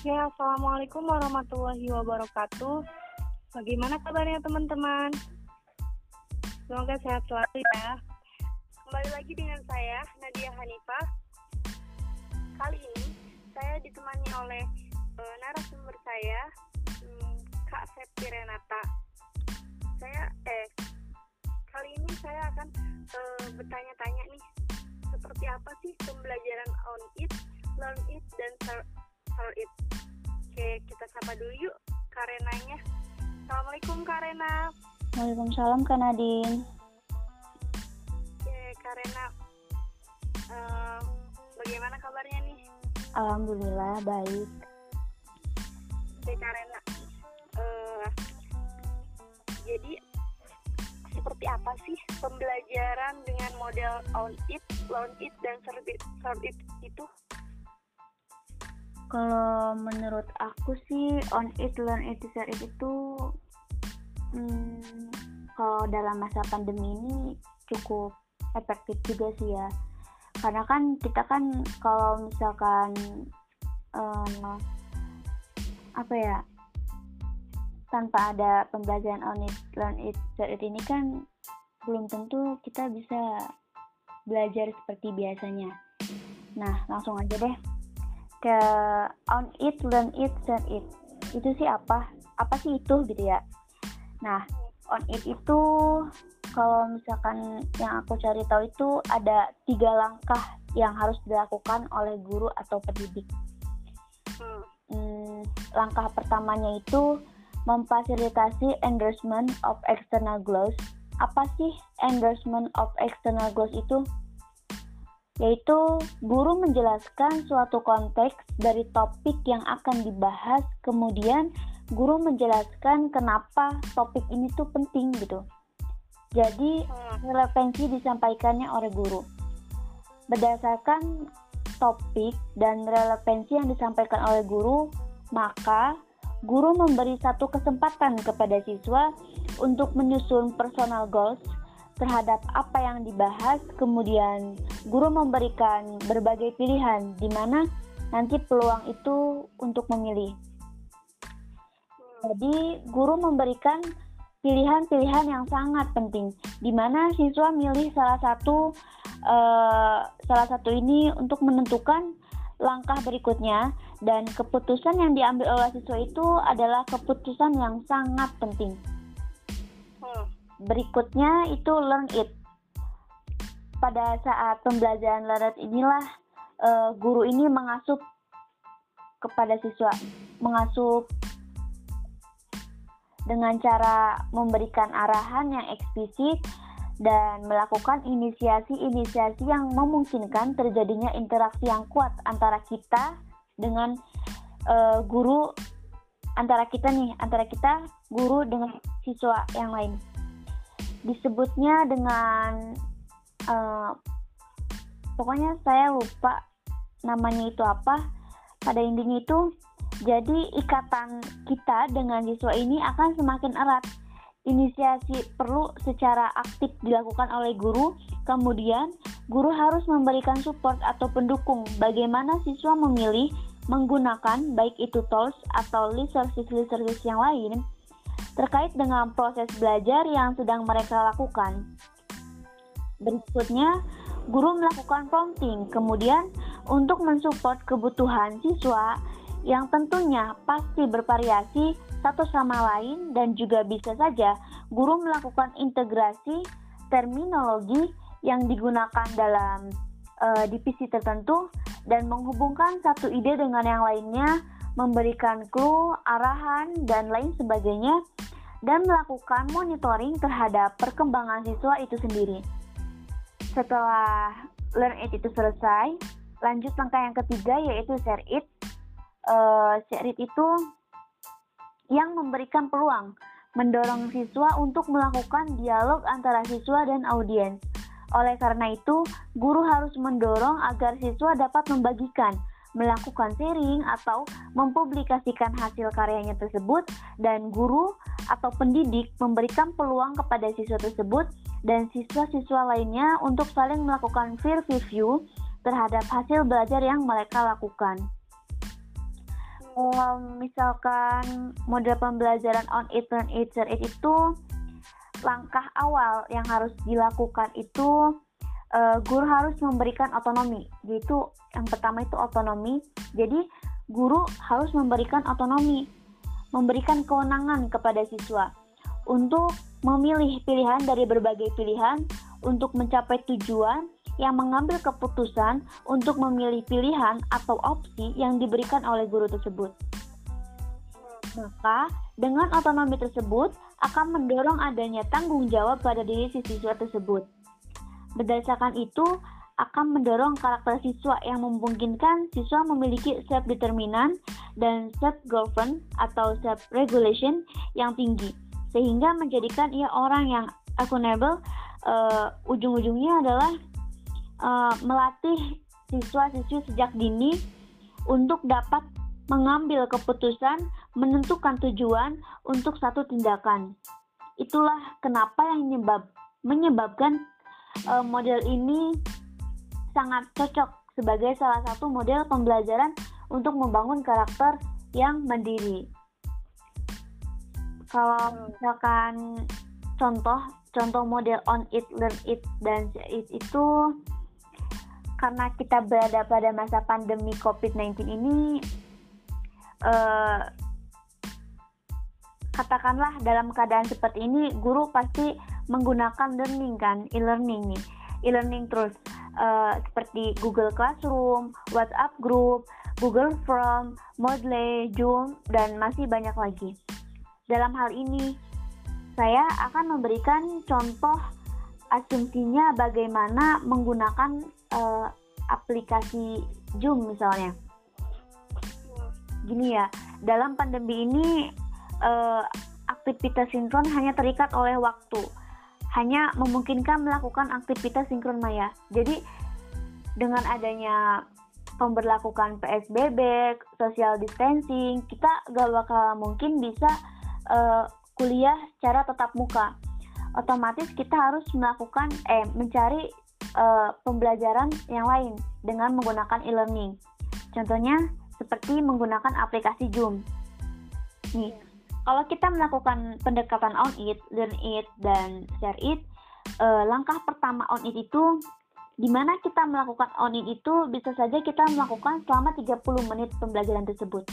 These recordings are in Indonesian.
Ya, Assalamualaikum warahmatullahi wabarakatuh. Bagaimana kabarnya teman-teman? Semoga sehat selalu ya. Kembali lagi dengan saya, Nadia Hanifah. Kali ini saya ditemani oleh narasumber saya, Kak Septi Renata. Kali ini saya akan bertanya-tanya nih, seperti apa sih pembelajaran on it, learn it, dan share it. Oke, kita sapa dulu yuk Kak Renanya. Assalamualaikum Kak Rena. Waalaikumsalam Kak Nadine. Oke, Kak Rena, bagaimana kabarnya nih? Alhamdulillah baik. Oke Kak Rena, jadi seperti apa sih pembelajaran dengan model on it, learn it, dan share it itu? Kalau menurut aku sih on it, learn it, share it itu kalau dalam masa pandemi ini cukup efektif juga sih ya. Karena kan kita kan kalau misalkan tanpa ada pembelajaran on it, learn it, share it ini kan belum tentu kita bisa belajar seperti biasanya. Nah, langsung aja deh ke on it, learn it, share it. Itu sih apa sih itu gitu ya. Nah, on it itu kalau misalkan yang aku cari tahu itu ada 3 langkah yang harus dilakukan oleh guru atau pendidik. Langkah pertamanya itu memfasilitasi endorsement of external goals. Apa sih endorsement of external goals itu? Yaitu guru menjelaskan suatu konteks dari topik yang akan dibahas, kemudian guru menjelaskan kenapa topik ini tuh penting gitu. Jadi relevansi disampaikannya oleh guru. Berdasarkan topik dan relevansi yang disampaikan oleh guru, maka guru memberi satu kesempatan kepada siswa untuk menyusun personal goals terhadap apa yang dibahas, kemudian guru memberikan berbagai pilihan di mana nanti peluang itu untuk memilih. Jadi guru memberikan pilihan-pilihan yang sangat penting, di mana siswa milih salah satu ini untuk menentukan langkah berikutnya, dan keputusan yang diambil oleh siswa itu adalah keputusan yang sangat penting. Berikutnya itu learn it. Pada saat pembelajaran learn it inilah guru ini mengasuh kepada siswa, mengasuh dengan cara memberikan arahan yang eksplisit dan melakukan inisiasi-inisiasi yang memungkinkan terjadinya interaksi yang kuat antara kita dengan guru, antara kita guru dengan siswa yang lain. Disebutnya dengan pokoknya saya lupa namanya itu apa. Pada intinya itu, jadi ikatan kita dengan siswa ini akan semakin erat. Inisiasi perlu secara aktif dilakukan oleh guru, kemudian guru harus memberikan support atau pendukung bagaimana siswa memilih menggunakan baik itu tools atau resources yang lain terkait dengan proses belajar yang sedang mereka lakukan. Berikutnya, guru melakukan prompting, kemudian untuk mensupport kebutuhan siswa yang tentunya pasti bervariasi satu sama lain, dan juga bisa saja guru melakukan integrasi terminologi yang digunakan dalam divisi tertentu dan menghubungkan satu ide dengan yang lainnya, memberikan clue, arahan, dan lain sebagainya, dan melakukan monitoring terhadap perkembangan siswa itu sendiri. Setelah learn it itu selesai, lanjut langkah yang ketiga yaitu share it. Share it itu yang memberikan peluang, mendorong siswa untuk melakukan dialog antara siswa dan audiens. Oleh karena itu, guru harus mendorong agar siswa dapat membagikan, melakukan sharing atau mempublikasikan hasil karyanya tersebut, dan guru atau pendidik memberikan peluang kepada siswa tersebut dan siswa-siswa lainnya untuk saling melakukan peer review terhadap hasil belajar yang mereka lakukan. Misalkan model pembelajaran on it, learn it, share it itu langkah awal yang harus dilakukan itu guru harus memberikan otonomi. Yaitu yang pertama itu otonomi. Jadi guru harus memberikan otonomi, memberikan kewenangan kepada siswa untuk memilih pilihan dari berbagai pilihan untuk mencapai tujuan, yang mengambil keputusan untuk memilih pilihan atau opsi yang diberikan oleh guru tersebut. Maka, dengan otonomi tersebut akan mendorong adanya tanggung jawab pada diri si siswa tersebut. Berdasarkan itu, akan mendorong karakter siswa yang memungkinkan siswa memiliki self-determinant dan self-govern atau self-regulation yang tinggi, sehingga menjadikan ia orang yang accountable. Ujung-ujungnya adalah melatih siswa-siswi sejak dini untuk dapat mengambil keputusan, menentukan tujuan untuk satu tindakan. Itulah kenapa yang menyebabkan model ini sangat cocok sebagai salah satu model pembelajaran untuk membangun karakter yang mandiri. Kalau misalkan contoh model on it, learn it, dan share it itu, karena kita berada pada masa pandemi COVID-19 ini, katakanlah dalam keadaan seperti ini, guru pasti menggunakan learning kan, e-learning nih, e-learning terus, seperti Google Classroom, WhatsApp Group, Google Form, Moodle, Zoom, dan masih banyak lagi. Dalam hal ini, saya akan memberikan contoh asumsinya bagaimana menggunakan aplikasi Zoom misalnya. Gini ya, dalam pandemi ini aktivitas sinkron hanya terikat oleh waktu, hanya memungkinkan melakukan aktivitas sinkron maya. Jadi dengan adanya pemberlakukan PSBB, social distancing, kita gak bakal mungkin bisa kuliah secara tatap muka. Otomatis kita harus mencari pembelajaran yang lain dengan menggunakan e-learning. Contohnya seperti menggunakan aplikasi Zoom. Nih, kalau kita melakukan pendekatan on it, learn it, dan share it, langkah pertama on it itu, di mana kita melakukan on it itu bisa saja kita melakukan selama 30 menit pembelajaran tersebut.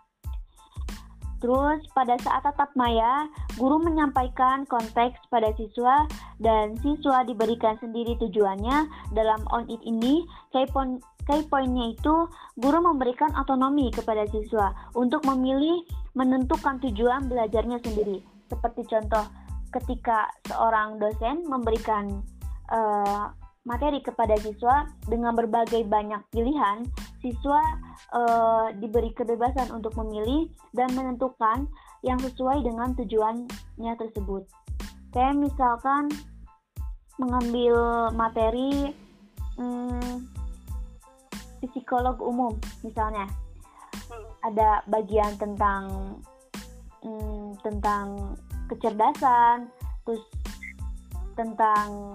Terus pada saat tatap maya, guru menyampaikan konteks pada siswa dan siswa diberikan sendiri tujuannya. Dalam on it ini, key poinnya itu guru memberikan otonomi kepada siswa untuk memilih menentukan tujuan belajarnya sendiri. Seperti contoh, ketika seorang dosen memberikan materi kepada siswa dengan berbagai banyak pilihan, siswa diberi kebebasan untuk memilih dan menentukan yang sesuai dengan tujuannya tersebut. Kayak misalkan mengambil materi psikolog umum misalnya, ada bagian tentang kecerdasan, terus tentang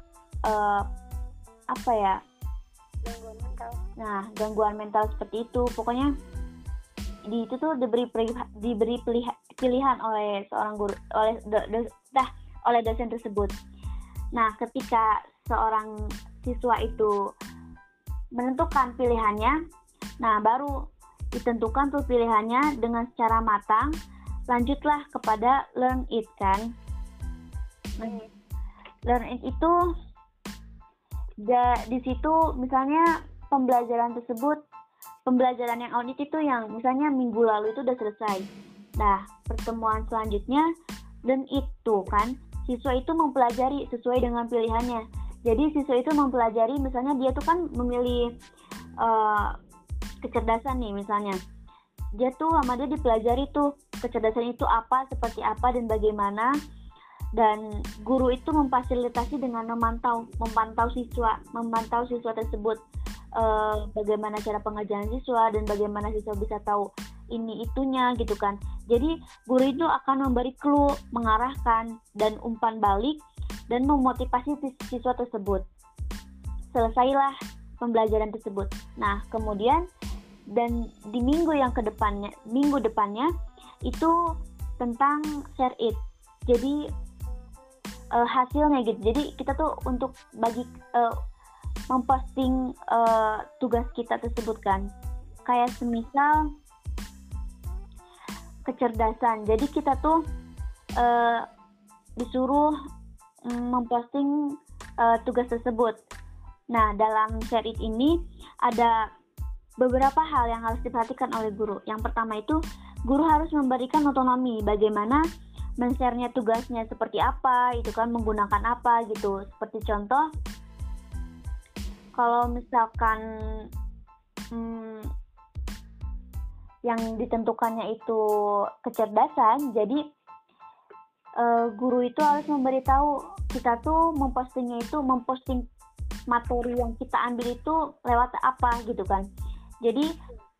Gangguan mental. Nah, gangguan mental seperti itu. Pokoknya di itu tuh diberi pilihan oleh seorang guru, oleh dosen tersebut. Nah, ketika seorang siswa itu menentukan pilihannya, nah baru ditentukan tuh pilihannya dengan secara matang. Lanjutlah kepada learn it kan. Learn it itu di situ misalnya pembelajaran yang on it itu yang misalnya minggu lalu itu udah selesai. Nah, pertemuan selanjutnya learn it tuh kan, siswa itu mempelajari sesuai dengan pilihannya. Jadi siswa itu mempelajari, misalnya dia tuh kan memilih kecerdasan nih misalnya. Dia tuh sama dia dipelajari tuh kecerdasan itu apa, seperti apa, dan bagaimana. Dan guru itu memfasilitasi dengan memantau siswa tersebut, bagaimana cara pengajaran siswa dan bagaimana siswa bisa tahu ini itunya gitu kan. Jadi guru itu akan memberi clue, mengarahkan dan umpan balik dan memotivasi siswa tersebut. Selesailah pembelajaran tersebut. Nah, kemudian dan di minggu depannya itu tentang share it. Jadi hasilnya gitu. Jadi kita tuh untuk memposting tugas kita tersebut kan. Kayak semisal kecerdasan. Jadi kita tuh disuruh memposting tugas tersebut. Nah, dalam share it ini ada beberapa hal yang harus diperhatikan oleh guru. Yang pertama itu guru harus memberikan otonomi bagaimana men-share-nya tugasnya seperti apa, itu kan menggunakan apa gitu. Seperti contoh, kalau misalkan yang ditentukannya itu kecerdasan, jadi guru itu harus memberitahu kita tuh memposting materi yang kita ambil itu lewat apa gitu kan. Jadi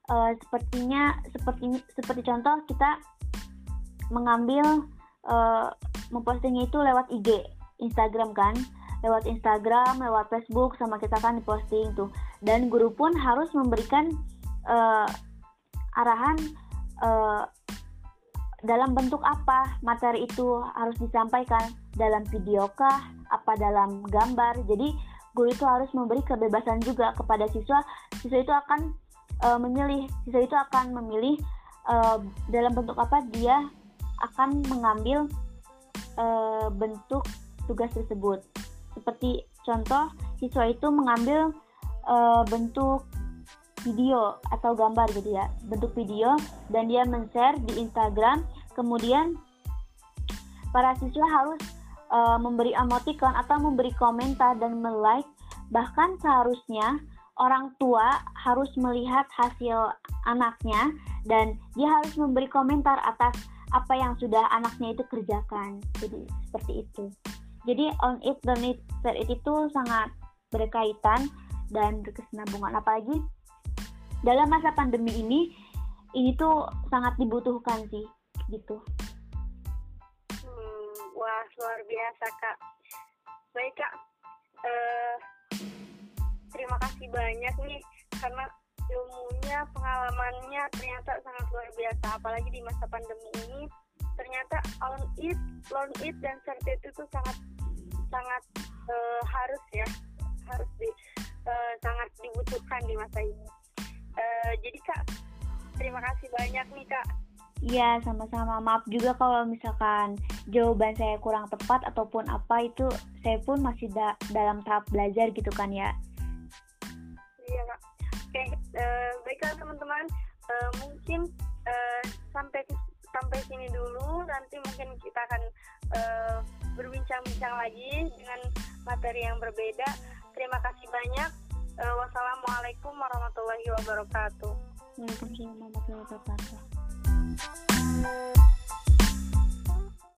seperti contoh kita mengambil mempostingnya itu lewat IG, Instagram kan, lewat Instagram, lewat Facebook, sama kita kan diposting tuh. Dan guru pun harus memberikan arahan dalam bentuk apa materi itu harus disampaikan, dalam video kah, apa dalam gambar. Jadi guru itu harus memberi kebebasan juga kepada siswa. Siswa itu akan memilih dalam bentuk apa dia akan mengambil bentuk tugas tersebut. Seperti contoh, siswa itu mengambil bentuk video atau gambar gitu ya, bentuk video, dan dia men-share di Instagram. Kemudian para siswa harus memberi emoticon atau memberi komentar dan like. Bahkan seharusnya orang tua harus melihat hasil anaknya dan dia harus memberi komentar atas apa yang sudah anaknya itu kerjakan. Jadi seperti itu. Jadi on it, learn it, share it itu sangat berkaitan dan berkesinambungan. Apalagi dalam masa pandemi ini tuh sangat dibutuhkan sih gitu. Wah, luar biasa Kak. Baik Kak, terima kasih banyak nih karena ilmunya, pengalamannya ternyata sangat luar biasa. Apalagi di masa pandemi ini, ternyata own it, learn it, dan share it itu sangat sangat dibutuhkan di masa ini. Jadi Kak, terima kasih banyak nih Kak. Iya, sama-sama. Maaf juga kalau misalkan jawaban saya kurang tepat ataupun apa, itu saya pun masih dalam tahap belajar gitu kan ya. Iya Kak. Oke, baiklah teman-teman, mungkin sampai sini dulu. Nanti mungkin kita akan berbincang-bincang lagi dengan materi yang berbeda. Terima kasih banyak. Wassalamualaikum warahmatullahi wabarakatuh. Waalaikumsalam warahmatullahi wabarakatuh.